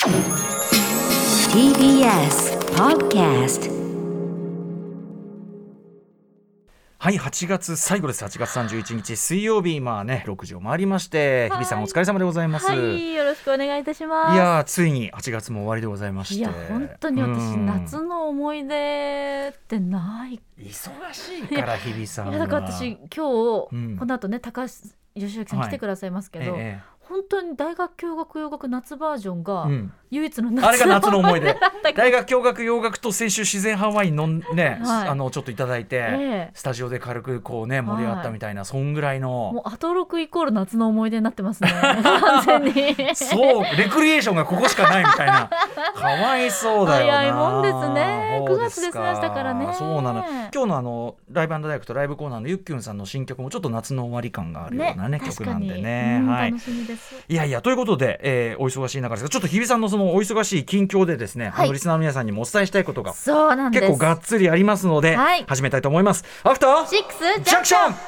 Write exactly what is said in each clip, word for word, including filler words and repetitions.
ティービーエス Podcast。 はい、はちがつ最後です。はちがつさんじゅういちにち水曜日、まあねろくじを回りまして、日比さんお疲れ様でございます。 はい、よろしくお願いいたします。 いやついにはちがつも終わりでございまして、 いや本当に私夏の思い出ってない。 忙しいから日比さんは。 いやだから私今日、うん、この後ね高橋義明さん来てくださいますけど、はいええ、本当に大学教学洋楽夏バージョンが唯一の夏の、うん、あれが夏の思い出大学教学洋楽と先週自然派ワイン飲んね、はい、あのちょっといただいて、ええ、スタジオで軽くこうね盛り上がったみたいな、はい、そんぐらいのもうアトロクイコール夏の思い出になってますね完全にそうレクリエーションがここしかないみたいなかわいそうだよな。 早いもんですね。くがつですね明日からね。 そうなの。今日のあのライブ&ダイレクトライブコーナーのゆっきゅんさんの新曲もちょっと夏の終わり感があるようなね、ね曲なんでね、 うんはい、 楽しみです。 いやいやということで、えー、お忙しい中ですがちょっと日比さんのそのお忙しい近況でですね、はい、あのリスナーの皆さんにもお伝えしたいことがそうなんです結構がっつりありますので、はい、始めたいと思います。アフターシックスジャンクション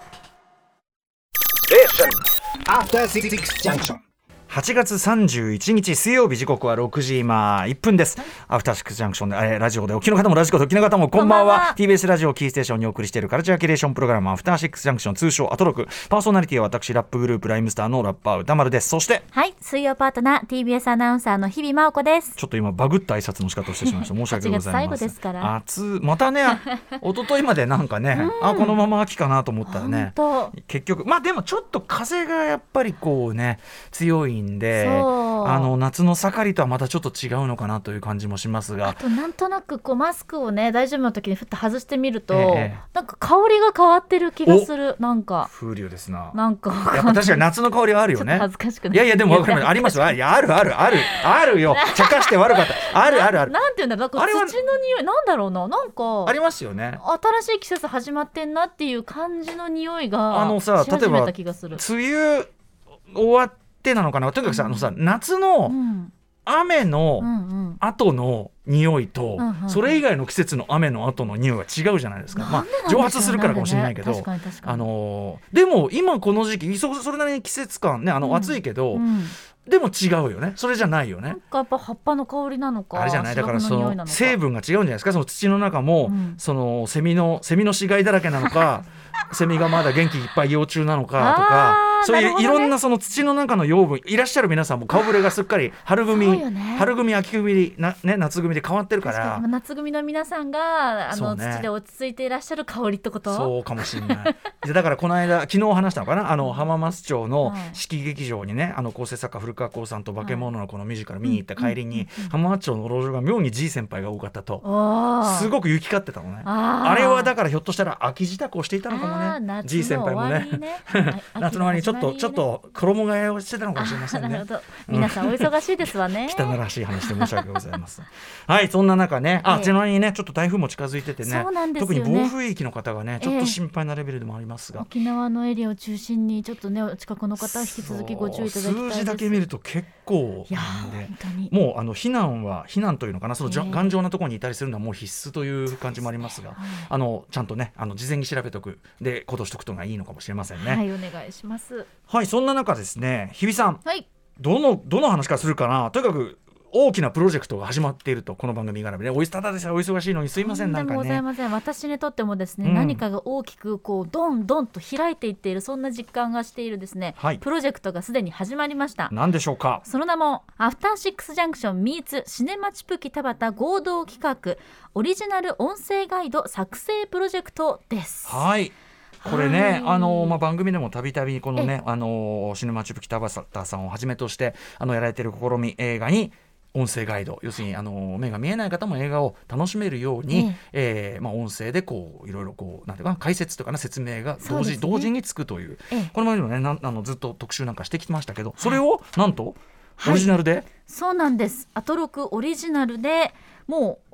アフターシックスジャンクションはちがつさんじゅういちにち水曜日、時刻はろくじまあいっぷんです。アフターシックスジャンクションで、えー、ラジオでお聞きの方もラジコでお聞きの方もこんばんは。こんばんは。 ティービーエス ラジオキーステーションにお送りしているカルチャーキュレーションプログラムアフターシックスジャンクション、通称アトロク。パーソナリティは私ラップグループライムスターのラッパー歌丸です。そしてはい、水曜パートナー ティービーエス アナウンサーの日々真央子です。 ちょっと今バグった挨拶の仕方をしてしまいました。申し訳ございません。 はちがつ最後ですから。 暑またね一昨日までなんかねあこのまま秋かなと思ったらね結局まあでもちょっと風がやっぱりこうね強いんで、そうあの夏の盛りとはまたちょっと違うのかなという感じもしますが、 あとなんとなくこうマスクをね大丈夫な時にふっと外してみると、 ええ、 なんか香りが変わってる気がする。なんか風流ですな。 なんかやっぱ確かに夏の香りはあるよね。 ちょっと恥ずかしくない。 いやいやでも分かりますありますよ。いやあるあるあるあるよ茶化して悪かったあるあるあるなんていうんだろう、なんか土の匂いなんだろうな、なんかありますよね。 新しい季節始まってんなっていう感じの匂いがあのさし始めた気がする。 例えば梅雨終わってなのかな。とにかくさ、うん、あのさ夏の雨の後の匂いと、うんうん、それ以外の季節の雨の後の匂いは違うじゃないですか。まあ蒸発するからかもしれないけど、 確かに確かに。 あのー、でも今この時期 そ, それなりに季節感ねあの、うん、暑いけど、うん、でも違うよね。それじゃないよね。 なんかやっぱ葉っぱの香りなのかあれじゃない。だからその成分が違うんじゃないですか。その土の中も、うん、そのセミのセミの死骸だらけなのかセミがまだ元気いっぱい幼虫なのかとかそういういろんなその土の中の養分いらっしゃる皆さんも顔ぶれがすっかり春組、ね、春組秋組な、ね、夏組で変わってるから、 夏組の皆さんがあの、ね、土で落ち着いていらっしゃる香りってこと。 そうかもしれないだからこの間昨日話したのかなあの浜松町の四季劇場にねあの構成作家古川光さんと化け物のこのミュージカル見に行った帰りに、はい、浜松町の路上が妙に G 先輩が多かったとすごく行き交ってたのね。 あ, あれはだからひょっとしたら秋支度をしていたのかもね。 G 先輩もね夏の終わりにちょっとちょっと衣替えをしてたのかもしれませんね。 なるほど、皆さんお忙しいですわね汚らしい話で申し訳ございませんはいそんな中ねあ、ええ、ちなみにねちょっと台風も近づいてて ね, そうなんですよね。 特に暴風域の方がねちょっと心配なレベルでもありますが、 ええ、沖縄のエリアを中心にちょっとねお近くの方は引き続きご注意いただきたいです。 数字だけ見ると結構なんでもうあの避難は避難というのかなその、えー、頑丈なところにいたりするのはもう必須という感じもありますが、すね、はい、あのちゃんとねあの事前に調べておくで行動しておくとがいいのかもしれませんね。 はいお願いします。 はいそんな中ですね日比さん、 はい、 どのどの話からするかな。とにかく大きなプロジェクトが始まっているとこの番組絡みでおいただでさえお忙しいのにすいませんなんかね。 とんでもございません。私にとってもですね、うん、何かが大きくこうどんどんと開いていっているそんな実感がしているですね、はい、プロジェクトがすでに始まりました。 何でしょうか。 その名もアフターシックスジャンクション meets シネマチプキ田端合同企画オリジナル音声ガイド作成プロジェクトです。 はいこれね、あのまあ、番組でもたびたびこのねあのシネマチプキ田端さんをはじめとしてあのやられている試み映画に音声ガイド要するにあの目が見えない方も映画を楽しめるように、ええーまあ、音声でこういろいろこうなんていうかな解説とかな説明が同時、ね、同時につくという、ええ、これまでもねなあのずっと特集なんかしてきましたけどそれをなんとオリジナルで、 はい、そうなんです。アトロクオリジナルでもう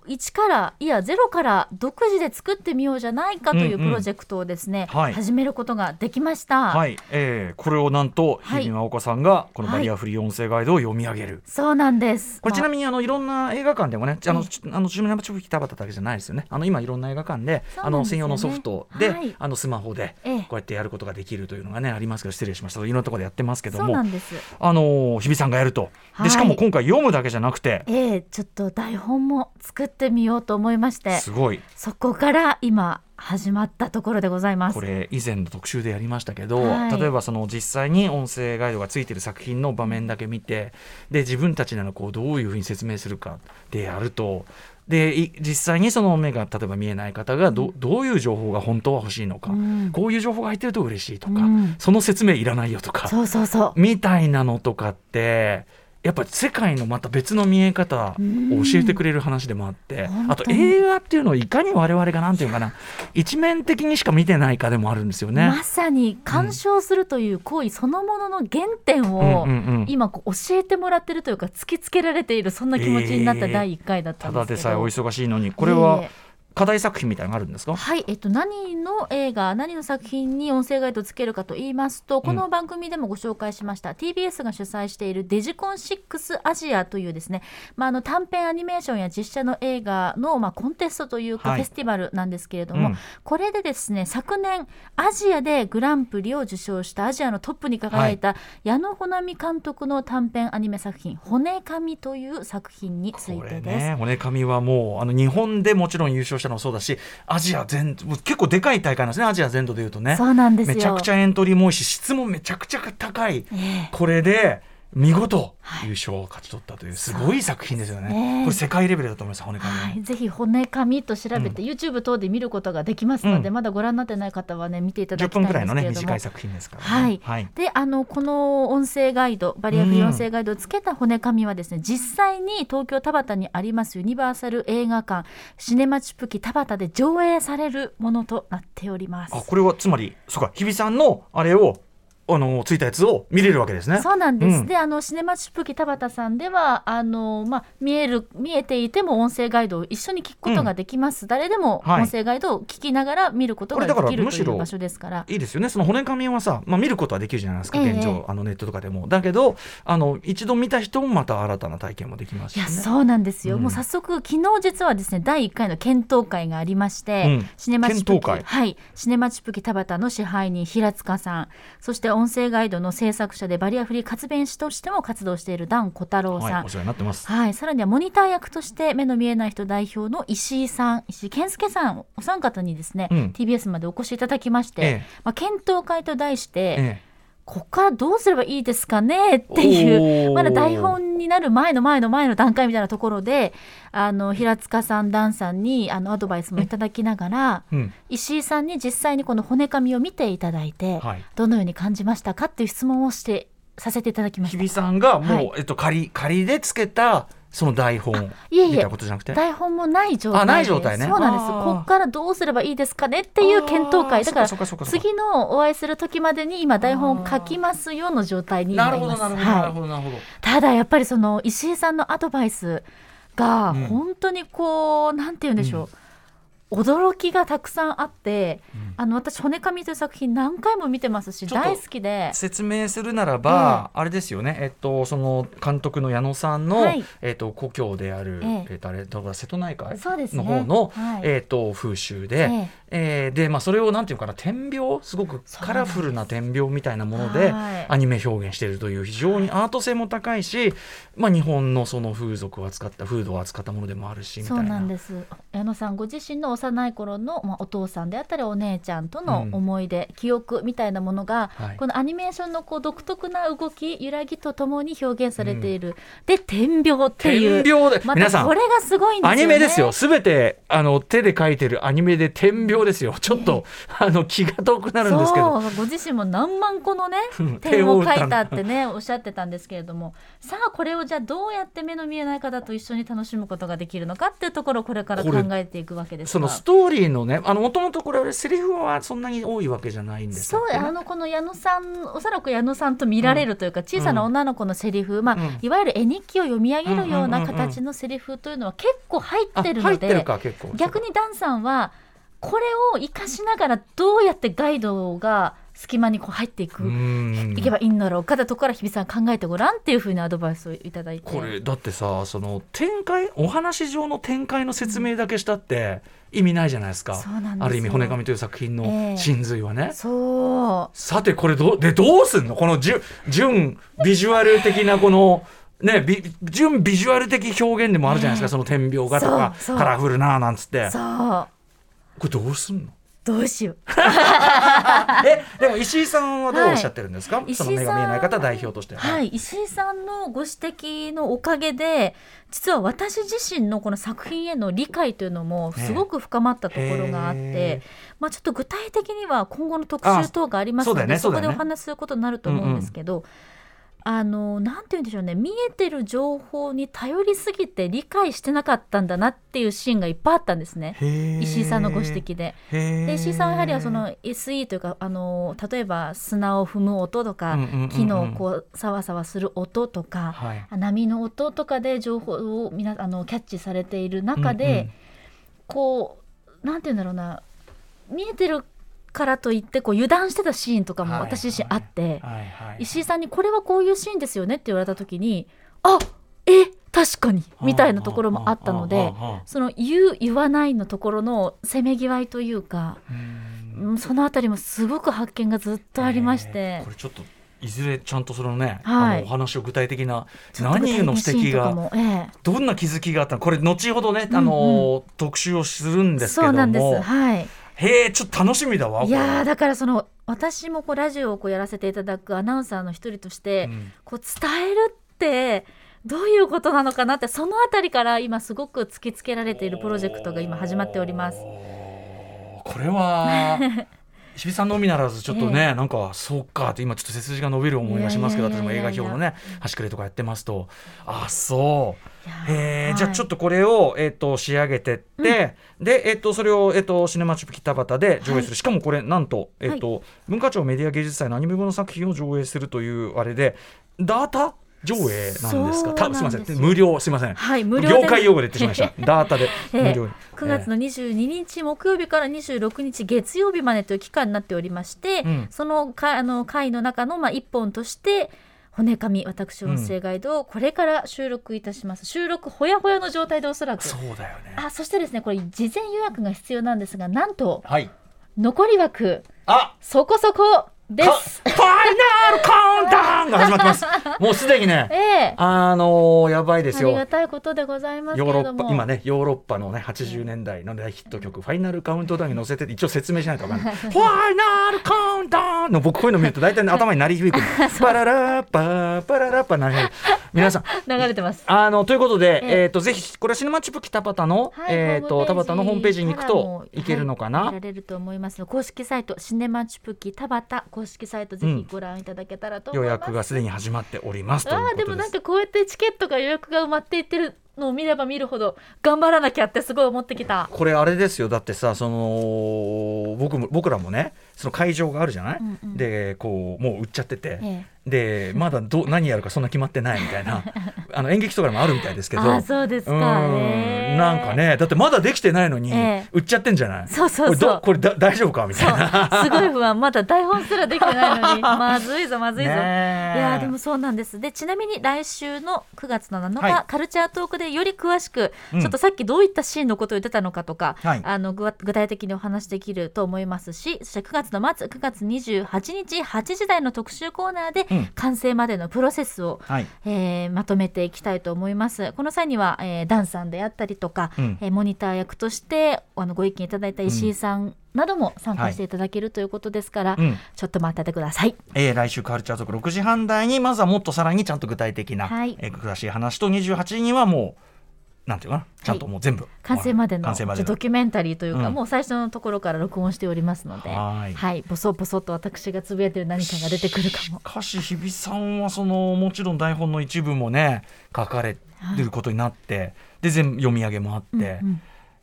一からいやゼロから独自で作ってみようじゃないかというプロジェクトをですね、 うんうんはい、 始めることができました。 はい、えー、これをなんと日比真央子さんがこのバリアフリー音声ガイドを読み上げる、はい、 そうなんです。 これちなみにあのいろんな映画館でもね、あのあのシネマチョキタバタだけじゃないですよね。あの今いろんな映画館で、ね、あの専用のソフトで、はい、あのスマホでこうやってやることができるというのがねありますけど、失礼しました。いろんなところでやってますけども、 そうなんです。 あの日比さんがやると。でしかも今回読むだけじゃなくて、 えー、ちょっと台本も作ってみようと思いまして、 すごい、 そこから今始まったところでございます。 これ以前の特集でやりましたけど、 はい、 例えばその実際に音声ガイドがついている作品の場面だけ見て、で自分たちならこうどういうふうに説明するかでやると、で実際にその目が例えば見えない方が ど,、うん、どういう情報が本当は欲しいのか、うん、こういう情報が入ってると嬉しいとか、うん、その説明いらないよとか、 そうそうそうみたいなのとかってやっぱ世界のまた別の見え方を教えてくれる話でもあって、うん、あと映画っていうのをいかに我々がなんていうかな一面的にしか見てないかでもあるんですよね。 まさに鑑賞するという行為そのものの原点を今こう教えてもらってるというか突きつけられている、そんな気持ちになっただいいっかいだったんですけど、 えー、ただでさえお忙しいのにこれは、えー課題作品みたいなのがあるんですか？ はい、えっと、何の映画何の作品に音声ガイドをつけるかと言いますと、この番組でもご紹介しました、うん、ティービーエス が主催しているデジコンシックスアジアというですね、まあ、あの短編アニメーションや実写の映画の、まあ、コンテストというか、はい、フェスティバルなんですけれども、うん、これでですね昨年アジアでグランプリを受賞したアジアのトップに輝いた、はい、矢野穂波監督の短編アニメ作品骨神という作品についてです。これね、 骨神はもうあの日本でもちろん優勝したのもそうだし、アジア全土結構でかい大会なんですね。アジア全土でいうとね。 そうなんですよ。 めちゃくちゃエントリーも多いし質もめちゃくちゃ高い、えー、これで見事優勝を勝ち取ったというすごい作品ですよね、えー、これ世界レベルだと思います。骨神、 はい、ぜひ骨神と調べて、うん、YouTube 等で見ることができますので、うん、まだご覧になってない方はね見ていただきたいんですけれども、 じゅっぷんくらいのね短い作品ですからね、 はいはい、であのこの音声ガイドバリアフリー音声ガイドをつけた骨神はですね、うん、実際に東京田端にありますユニバーサル映画館シネマチュプキ田端で上映されるものとなっております。 あ、これはつまりそうか、日比さんのあれをあのついたやつを見れるわけですね。 そうなんです、うん、であのシネマチュプキ田端さんではあの、まあ、見える見えていても音声ガイドを一緒に聞くことができます、うん、誰でも音声ガイドを聞きながら見ることができるという場所ですから。 いいですよね。その骨神はさ、まあ、見ることはできるじゃないですか、現状、えー、あのネットとかでもだけどあの一度見た人もまた新たな体験もできますし、ね、 いやそうなんですよ、うん、もう早速昨日実はですねだいいっかいの検討会がありまして、うん、シネマチュプキ、はい、シネマチュプキ田端の支配人平塚さん、そして音声ガイドの制作者でバリアフリー活弁士としても活動しているダン小太郎さん、はい、 お世話になってます、 はい、さらにはモニター役として目の見えない人代表の石井さん石井健介さんお三方にですね、うん、ティービーエス までお越しいただきまして、ええまあ、検討会と題して、ええここからどうすればいいですかねっていうまだ台本になる前の前の前の段階みたいなところであの平塚さんダンさんにあのアドバイスもいただきながら、うん、石井さんに実際にこの骨紙を見ていただいて、はい、どのように感じましたかっていう質問をしてさせていただきました。 日比さんがもう、はいえっと、仮, 仮でつけたその台本いえいえみたいなことじゃなくて台本もない状態であない状態ね。 そうなんです。ここからどうすればいいですかねっていう検討会だから次のお会いする時までに今台本を書きますよの状態になります。 なるほどなるほどなるほど。 ただやっぱりその石井さんのアドバイスが本当にこう、うん、なんて言うんでしょう、うん驚きがたくさんあって、うん、あの私骨神という作品何回も見てますし大好きで説明するならば、えー、あれですよね、えっと、その監督の矢野さんの、はいえっと、故郷である、えーえっと、あれどこだ瀬戸内海の方の、はいえっと、風習で、えーえーでまあ、それをなんていうかな点描すごくカラフルな点描みたいなものでアニメ表現しているという非常にアート性も高いし、まあ、日本のその風俗を扱った風土を扱ったものでもあるしみたいな。 そうなんです。矢野さんご自身の幼い頃の、まあ、お父さんであったりお姉ちゃんとの思い出、うん、記憶みたいなものが、はい、このアニメーションのこう独特な動き揺らぎとともに表現されている、うん、で点描っていう点描で、 またこれがすごいんですよね。 アニメですよ。すべてあの手で描いてるアニメで点描ですよ。ちょっと、えー、あの気が遠くなるんですけどそうご自身も何万個のね点を描いたってねおっしゃってたんですけれどもさあこれをじゃあどうやって目の見えない方と一緒に楽しむことができるのかっていうところをこれから考えていくわけですがそのストーリーのねもともとこれセリフはそんなに多いわけじゃないんですそうあのこの矢野さんおそらく矢野さんと見られるというか、うん、小さな女の子のセリフ、まあうん、いわゆる絵日記を読み上げるような形のセリフというのは結構入ってるので、逆にダンさんはこれを生かしながらどうやってガイドが隙間にこう入っていくいけばいいんだろうかとところから日比さん考えてごらんっていうふうにアドバイスをいただいて、 これだってさその展開お話上の展開の説明だけしたって意味ないじゃないですか、うん、ある意味骨神という作品の真髄はね、 えー、そうさてこれどでどうすんのこの純ビジュアル的なこのね、ビ純ビジュアル的表現でもあるじゃないですか、えー、その点描画とかカラフルななんつって、 そうこれどうすんのどうしようえでも石井さんはどうおっしゃってるんですか、はい、その目が見えない方代表として、 はいはい、石井さんのご指摘のおかげで実は私自身のこの作品への理解というのもすごく深まったところがあって、まあ、ちょっと具体的には今後の特集等がありますので そ,、ね そ, ね、そこでお話しすることになると思うんですけど、うんうん、あのなんて言うんでしょうね、見えてる情報に頼りすぎて理解してなかったんだなっていうシーンがいっぱいあったんですね、石井さんのご指摘で。で石井さんはやはりはその エスイー というかあの例えば砂を踏む音とか、うんうんうんうん、木のこうさわさわする音とか、はい、波の音とかで情報をみなあのキャッチされている中で、うんうん、こうなんて言うんだろうな、見えてるからといってこう油断してたシーンとかも私自身あって、はいはいはいはい、石井さんにこれはこういうシーンですよねって言われた時にあえ確かにみたいなところもあったので、その言う言わないのところのせめぎ合いというか、うん、そのあたりもすごく発見がずっとありまして、えー、 これちょっといずれちゃんとそのね、はい、あのお話を具体的な何への指摘が、ええ、どんな気づきがあったのこれ後ほどね、あのうんうん、特集をするんですけども、そうなんです、はい、へえちょっと楽しみだわ。 いやだからその私もこうラジオをこうやらせていただくアナウンサーの一人として、うん、こう伝えるってどういうことなのかなって、そのあたりから今すごく突きつけられているプロジェクトが今始まっております。 これは石井さんのみならずちょっとね、えー、なんかそうかって今ちょっと背筋が伸びる思いがしますけど、私も映画表のね端くれとかやってますと、あそうえー、じゃあちょっとこれを、えー、と仕上げてって、うん、で、えー、とそれを、えー、とシネマチュプキタバタで上映する、はい、しかもこれなんと、えーとはい、文化庁メディア芸術祭のアニメ部の作品を上映するというあれでダータ上映なんですか。たすみません無料すみません、はい、無料業界用語で言ってしまいましたダータで無料、 くがつのにじゅうににち木曜日からにじゅうろくにち月曜日までという期間になっておりまして、うん、そのかあの回の中のまあいっぽんとして骨神私音声ガイドをこれから収録いたします、うん、収録ほやほやの状態でおそらくそうだよね。 あそしてですねこれ事前予約が必要なんですが、なんと、 はい、 残り枠あそこそこですファイナルカウントダウンが始まってますもうすでにね、ええ、あのー、やばいですよ。 ありがたいことでございますけれども、 ヨーロッパ今ねヨーロッパのねはちじゅうねんだいの大ヒット曲、うん、ファイナルカウントダウンに乗せて一応説明しないと分かんないファイナルカウントダウンの僕こういうの見ると大体、ね、頭に鳴り響くパララッパパララッパ鳴り響く皆さん流れてます。 あのということで、ええー、とぜひこれはシネマチュプキタバタの、はい、えー、とタバタのホームページに行くといけるのかな、 はい、見られると思いますの公式サイトシネマチュプキタバタ公式サイトぜひご覧いただけたらと思います、うん、 予約がすでに始まっておりますということです。 あでもなんかこうやってチケットが予約が埋まっていってるのを見れば見るほど頑張らなきゃってすごい思ってきた。 これあれですよ、だってさその 僕, も僕らもねその会場があるじゃない、うんうん、でこうもう売っちゃってて、ええでまだど何やるかそんな決まってないみたいなあの演劇とかでもあるみたいですけどあそうですか、うんえー、なんかねだってまだできてないのに、えー、売っちゃってんじゃない。 そうそうそうこれ, これだ大丈夫かみたいなすごい不安まだ台本すらできてないのにまずいぞまずいぞ、ね、いやでもそうなんです。でちなみに来週のくがつのなのか、はい、カルチャートークでより詳しく、うん、ちょっとさっきどういったシーンのことを言ってたのかとか、はい、あの具体的にお話できると思いますし、そしてくがつの末くがつにじゅうはちにちはちじ台の特集コーナーで、うん、完成までのプロセスを、はいえー、まとめていきたいと思います。この際には、えー、ダンさんであったりとか、うんえー、モニター役としてあのご意見いただいた石井さんなども参加していただけるということですから、はいうん、ちょっと待っててください、 えー、来週カルチャー族ろくじはん台にまずはもっとさらにちゃんと具体的な、はいえー、詳しい話とにじゅうはちじにはもうなんていうかなちゃんともう全部、はい、 完成まで の, でのドキュメンタリーというか、うん、もう最初のところから録音しておりますので、はい、はい、ボソボソと私がつぶやいてる何かが出てくるかも。 しかし日比さんはそのもちろん台本の一部もね書かれることになって、はい、で全部読み上げもあって、うんうん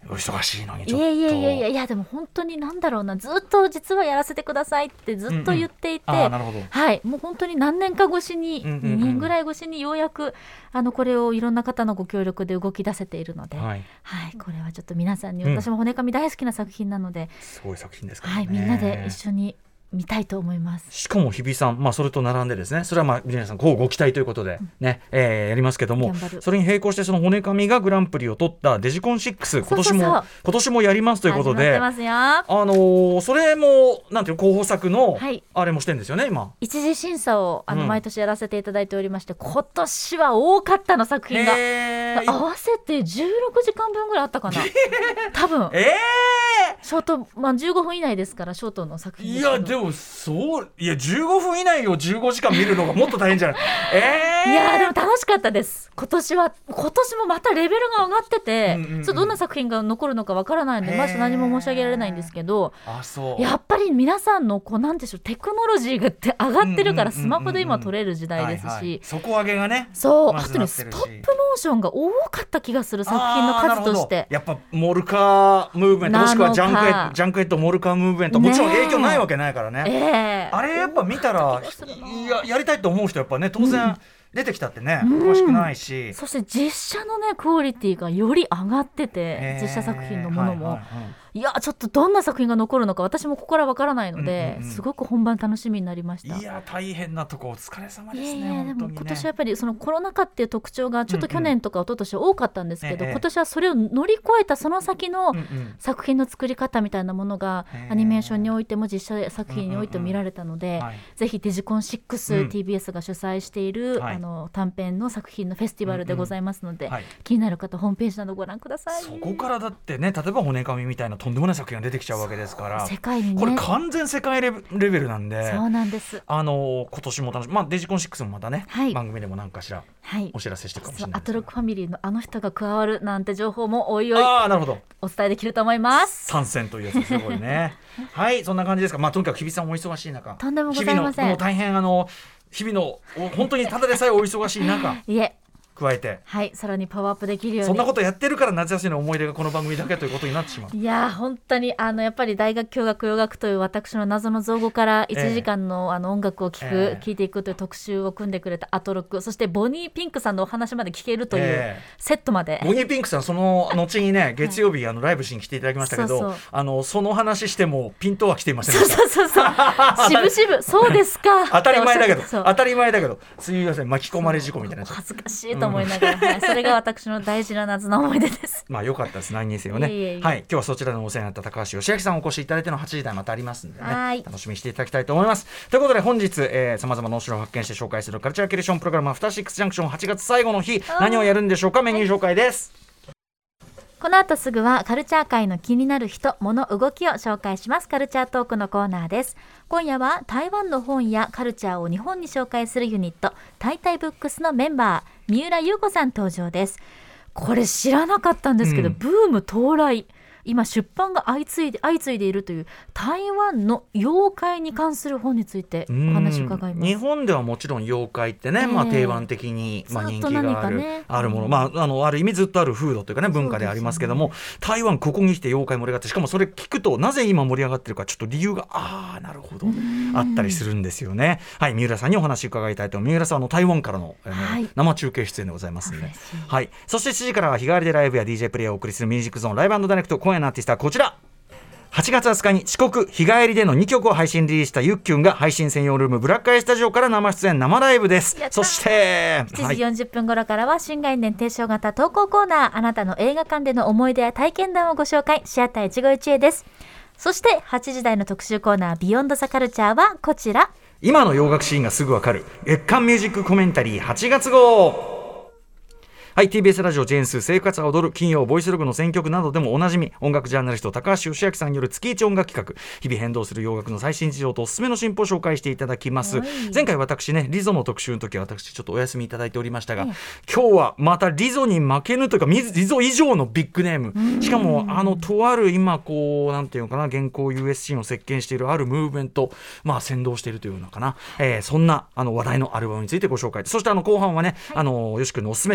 お忙しいのにちょっと。 いやいやいやいやいや、でも本当になんだろうな、ずっと実はやらせてくださいってずっと言っていて、 うんうん、あ、なるほど、 はい、もう本当に何年か越しに、 うんうんうん、 にねんぐらい越しにようやくあのこれをいろんな方のご協力で動き出せているので、はいはい、これはちょっと皆さんに、私も骨紙大好きな作品なので、 すごい作品ですからね、 はい、みんなで一緒に見たいと思います。 しかも日比さん、まあ、それと並んでですね、それはまあ皆さんこうご期待ということでね、うん、えー、やりますけども、それに並行してその骨紙がグランプリを取ったデジコンシックス、今年もそうそうそう今年もやりますということで、 あのー、それもなんていう候補作の、はい、あれもしてるんですよね今。 一次審査をあの、うん、毎年やらせていただいておりまして、今年は多かったの作品が合わせてじゅうろくじかんぶんぐらいあったかな多分、えー、ショート、まあ、じゅうごふん以内ですから、ショートの作品ですけど。 いやでもそういやじゅうごふん以内をじゅうごじかん見るのがもっと大変じゃないえー、 いやでも楽しかったです。今年は今年もまたレベルが上がってて、うんうんうん、ちょっとどんな作品が残るのかわからないのでまず何も申し上げられないんですけど、 あ、そうやっぱり皆さんのこうなんでしょう、テクノロジーがって上がってるから、スマホで今撮れる時代ですし、 底上げがね、 そう、あとねストップモーションが多かった気がする、作品の数として。 やっぱモルカームーブメント、もしくはジャンクヘッド、ジャンクヘッドモルカームーブメント、もちろん影響ないわけないからね、えー、あれやっぱ見たらいや、やりたいと思う人やっぱね当然、うん出てきたってね、詳しくないし、 うん、そして実写のねクオリティがより上がってて、実写作品のものも、はいはいはい、いやちょっとどんな作品が残るのか私もここからわからないので、うんうんうん、すごく本番楽しみになりました。 いや大変なとこお疲れ様ですね。 いやいやでも今年はやっぱりそのコロナ禍っていう特徴がちょっと去年とか一昨年は多かったんですけど、うんうん、今年はそれを乗り越えたその先の作品の作り方みたいなものがアニメーションにおいても実写作品においても見られたので、うんうんうんはい、ぜひデジコンシックス、うん、ティービーエス が主催している、はい、あの短編の作品のフェスティバルでございますので、うんうんはい、気になる方ホームページなどご覧ください。 そこからだってね、例えば骨紙みたいなとんでもない作品が出てきちゃうわけですから、 世界に、ね、 これ完全世界レベルなんで、 そうなんです。 あの今年も楽しみ、まあ、デジコンシックスもまたね、はい、番組でも何かしらお知らせしていくかもしれない、ね、 アトロックファミリーのあの人が加わるなんて情報もおいおいあなるほどお伝えできると思います。 参戦というやつすごいねはいそんな感じですか。まあとにかく日比さんお忙しい中、 とんでもございません。 日々のもう大変あの日々の本当にただでさえお忙しい中いえ加えて、 はい、さらにパワーアップできるように、 そんなことやってるから夏休みの思い出がこの番組だけということになってしまう。 いや本当にあのやっぱり大学教学洋楽という私の謎の造語からいちじかん の,、えー、あの音楽を聴く、えー、聴いていくという特集を組んでくれたアトロック、そしてボニーピンクさんのお話まで聞けるというセットまで、 えー、ボニーピンクさんその後にね月曜日あのライブしに来ていただきましたけど、そうそうあのその話してもピントは来ていませんでした。 そうそうそうそう渋々そうですか当たり前だけど当たり前だけどすみません巻き込まれ事故みたいな、 恥ずかしいと思いながら、うんはいそれが私の大事な夏の思い出です。 まあ良かったです何にせよね。いえいえいえはい今日はそちらのお世話になった高橋義明さんお越しいただいてのはちじ台またありますんでね、楽しみにしていただきたいと思います。ということで本日さまざまなお城を発見して紹介するカルチャーキュレーションプログラムアフターシックスジャンクションはちがつ最後の日、何をやるんでしょうか。メニュー紹介です。 この後すぐはカルチャー界の気になる人物動きを紹介します。カルチャートークのコーナーです。今夜は台湾の本やカルチャーを日本に紹介するユニットタイタイブックスのメンバー三浦優子さん登場です。これ知らなかったんですけど、うん、ブーム到来、今出版が相次いで相次いでいるという台湾の妖怪に関する本についてお話を伺います。 日本ではもちろん妖怪ってね、えーまあ、定番的に、まあ、人気がある、ね、あるもの、まあ、あのある意味ずっとある風土というかね文化でありますけども、ね、台湾ここに来て妖怪盛り上がって、しかもそれ聞くとなぜ今盛り上がってるかちょっと理由があーなるほどあったりするんですよね。はい三浦さんにお話伺いたいと思います。三浦さんの台湾からの、はい、生中継出演でございますので、はい、そしてしちじからは日替わりでライブや ディージェー プレイをお送りするミュージックゾーンライブ&ダイレクト。今夜のアーティストはこちら。はちがつあつかに四国日帰りでのにきょくを配信リリースしたゆっきゅんが配信専用ルームブラックアイスタジオから生出演生ライブです。そしてしちじよんじゅっぷん頃からは新概念提唱型投稿コーナー、あなたの映画館での思い出や体験談をご紹介、シアター一期一会です。そしてはちじ台の特集コーナービヨンドザカルチャーはこちら、 今の洋楽シーンがすぐわかる月刊ミュージックコメンタリーはちがつ号。はい、ティービーエス ラジオジェーンス生活は踊る金曜ボイスログの選曲などでもおなじみ、音楽ジャーナリスト高橋義明さんによる月一音楽企画、日々変動する洋楽の最新事情とおすすめの進歩を紹介していただきます。前回私ねリゾの特集の時は私ちょっとお休みいただいておりましたが、今日はまたリゾに負けぬというかリゾ以上のビッグネーム、しかもあのとある今こうなんていうのかな現行 ユーエスシー を席巻しているあるムーブメント、まあ先導しているというのかな、えー、そんなあの話題のアルバムについてご紹介。そしてあの後半はね、はい、あのよし君のおすすめ新譜、これも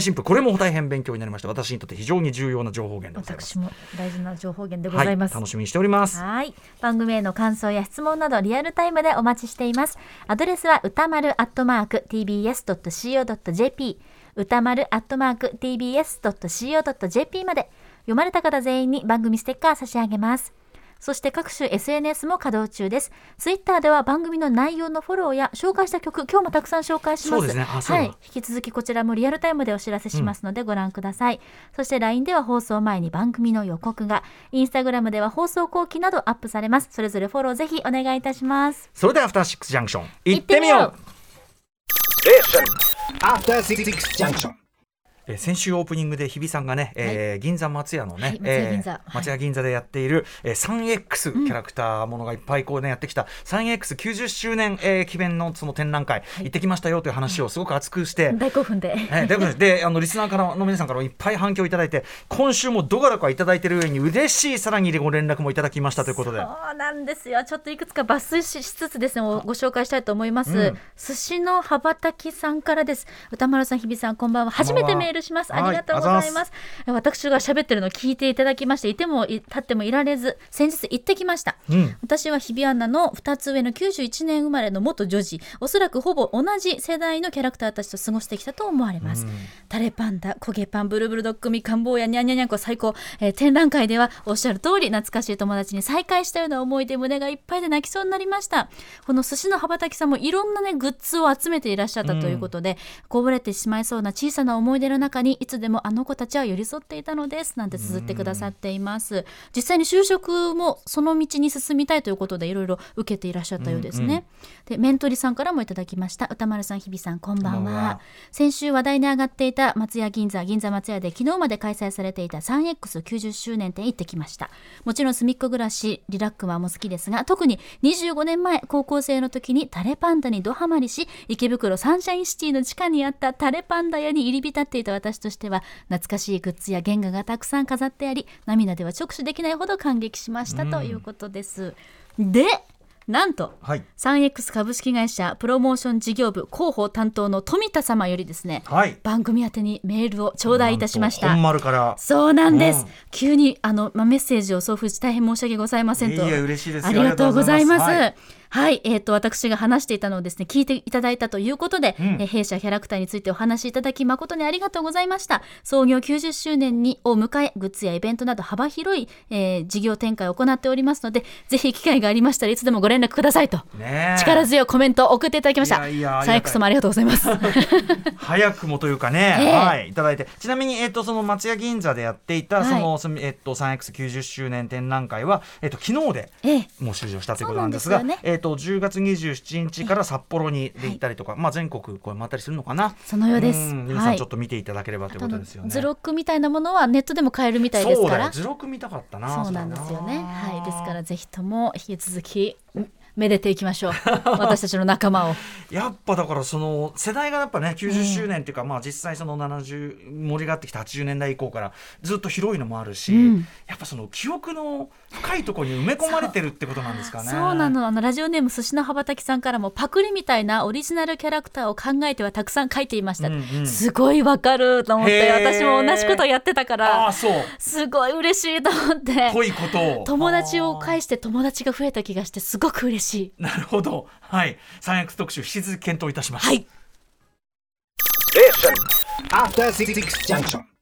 も大変勉強になりました。私にとって非常に重要な情報源でございます。 私も大事な情報源でございます、 はい、楽しみにしております。 はい、番組への感想や質問などリアルタイムでお待ちしています。アドレスは歌丸アットマーク ティービーエスドットシーオードットジェーピー 歌丸アットマーク ティービーエスドットシーオードットジェーピー まで。読まれた方全員に番組ステッカー差し上げます。そして各種 エスエヌエス も稼働中です。ツイッターでは番組の内容のフォローや紹介した曲、今日もたくさん紹介します。 そうですね。 はい、引き続きこちらもリアルタイムでお知らせしますのでご覧ください、うん、そして ライン では放送前に番組の予告が、インスタグラムでは放送後期などアップされます。それぞれフォローぜひお願いいたします。 それではアフターシックスジャンクション行ってみよう。 アフターシックスジャンクション。 えー、先週オープニングで日比さんがね、えーはい、銀座松屋のね、 はい、松屋銀座、 えー、松屋銀座でやっている、えー、スリーエックス キャラクターものがいっぱいこう、ね、やってきた スリーエックスきゅうじゅっしゅうねん、えー、記念のその展覧会、はい、行ってきましたよという話をすごく熱くして、 大興奮で、 えー、大興奮であのリスナーからの皆さんからもいっぱい反響いただいて、今週もどがらかいただいている上に嬉しいさらにご連絡もいただきましたということで。 そうなんですよ。ちょっといくつか抜粋 し, しつつですねご紹介したいと思います、うん、寿司の羽ばたきさんからです。歌丸さん、日比さん、こんばんは。初めてメールします。ありがとうございます。私が喋ってるのを聞いていただきまして、いても立ってもいられず先日行ってきました、うん、私は日比アナのふたつ上のきゅうじゅういちねん生まれの元女児、おそらくほぼ同じ世代のキャラクターたちと過ごしてきたと思われます、うん、タレパンダ、コゲパン、ブルブルドッグ、みかん坊やニャンニャンニャンコ最高、えー、展覧会ではおっしゃる通り懐かしい友達に再会したような思いで胸がいっぱいで泣きそうになりました。この寿司の羽ばたきさんもいろんなねグッズを集めていらっしゃったということで、うん、こぼれてしまいそうな小さな思い出の中にいつでもあの子たちは寄り添っていたのですなんて綴ってくださっています。実際に就職もその道に進みたいということでいろいろ受けていらっしゃったようですね、うんうん、でメントリさんからもいただきました。歌丸さん、日比さん、こんばんは。先週話題に上がっていた松屋銀座銀座松屋で昨日まで開催されていた スリーエックスきゅうじゅっしゅうねん展行ってきました。もちろんすみっこ暮らしリラックマも好きですが、特ににじゅうごねんまえ高校生の時にタレパンダにドハマりし、池袋サンシャインシティの地下にあったタレパンダ屋に入り浸っていた私としては、懐かしいグッズや原画がたくさん飾ってあり、涙では直視できないほど感激しましたということです。でなんと、はい、スリーエックス 株式会社プロモーション事業部広報担当の富田様よりですね、はい、番組宛てにメールを頂戴いたしました。 本丸から。 そうなんです、うん、急にあの、まあ、メッセージを送付し大変申し訳ございませんと。 いや嬉しいですよ。 ありがとうございます。はいはい、えー、と私が話していたのをですね聞いていただいたということで、うん、えー、弊社キャラクターについてお話しいただき誠にありがとうございました。創業きゅうじゅっしゅうねんにを迎え、グッズやイベントなど幅広い、えー、事業展開を行っておりますので、ぜひ機会がありましたらいつでもご連絡くださいと、ね、力強いコメントを送っていただきました。いやいやサイエックスもありがとうございます早くもというかね、えーはい、いただいて、ちなみに、えー、とその松屋銀座でやっていた、はい、その、えー、と スリーエックスきゅうじゅっしゅうねん展覧会は、えー、と昨日で、えー、もう終了したということなんですが、ね、えー、とじゅうがつにじゅうしちにちから札幌にで行ったりとか、はい、まあ、全国これ回ったりするのかな。 そのようです。 皆さんちょっと見ていただければということですよね。 図録みたいなものはネットでも買えるみたいですから。 そうだよ、図録見たかったな。 そうなんですよね。はい、ですからぜひとも引き続きめでていきましょう私たちの仲間をやっぱだからその世代がやっぱねきゅうじゅっしゅうねんっていうか、えーまあ、実際そのななじゅう盛り上がってきたはちじゅうねんだい以降からずっと広いのもあるし、うん、やっぱその記憶の深いところに埋め込まれてるってことなんですかね。 そう、そうなの。あのラジオネーム寿司の羽ばたきさんからもパクリみたいなオリジナルキャラクターを考えてはたくさん書いていました、うんうん、すごいわかると思って、私も同じことやってたからあそうすごい嬉しいと思って、 濃いことを友達を介して友達が増えた気がしてすごく嬉しい。 なるほど、はい、スリーエックス特集引き続き検討いたします。 はい。 After シックス ジャンクション。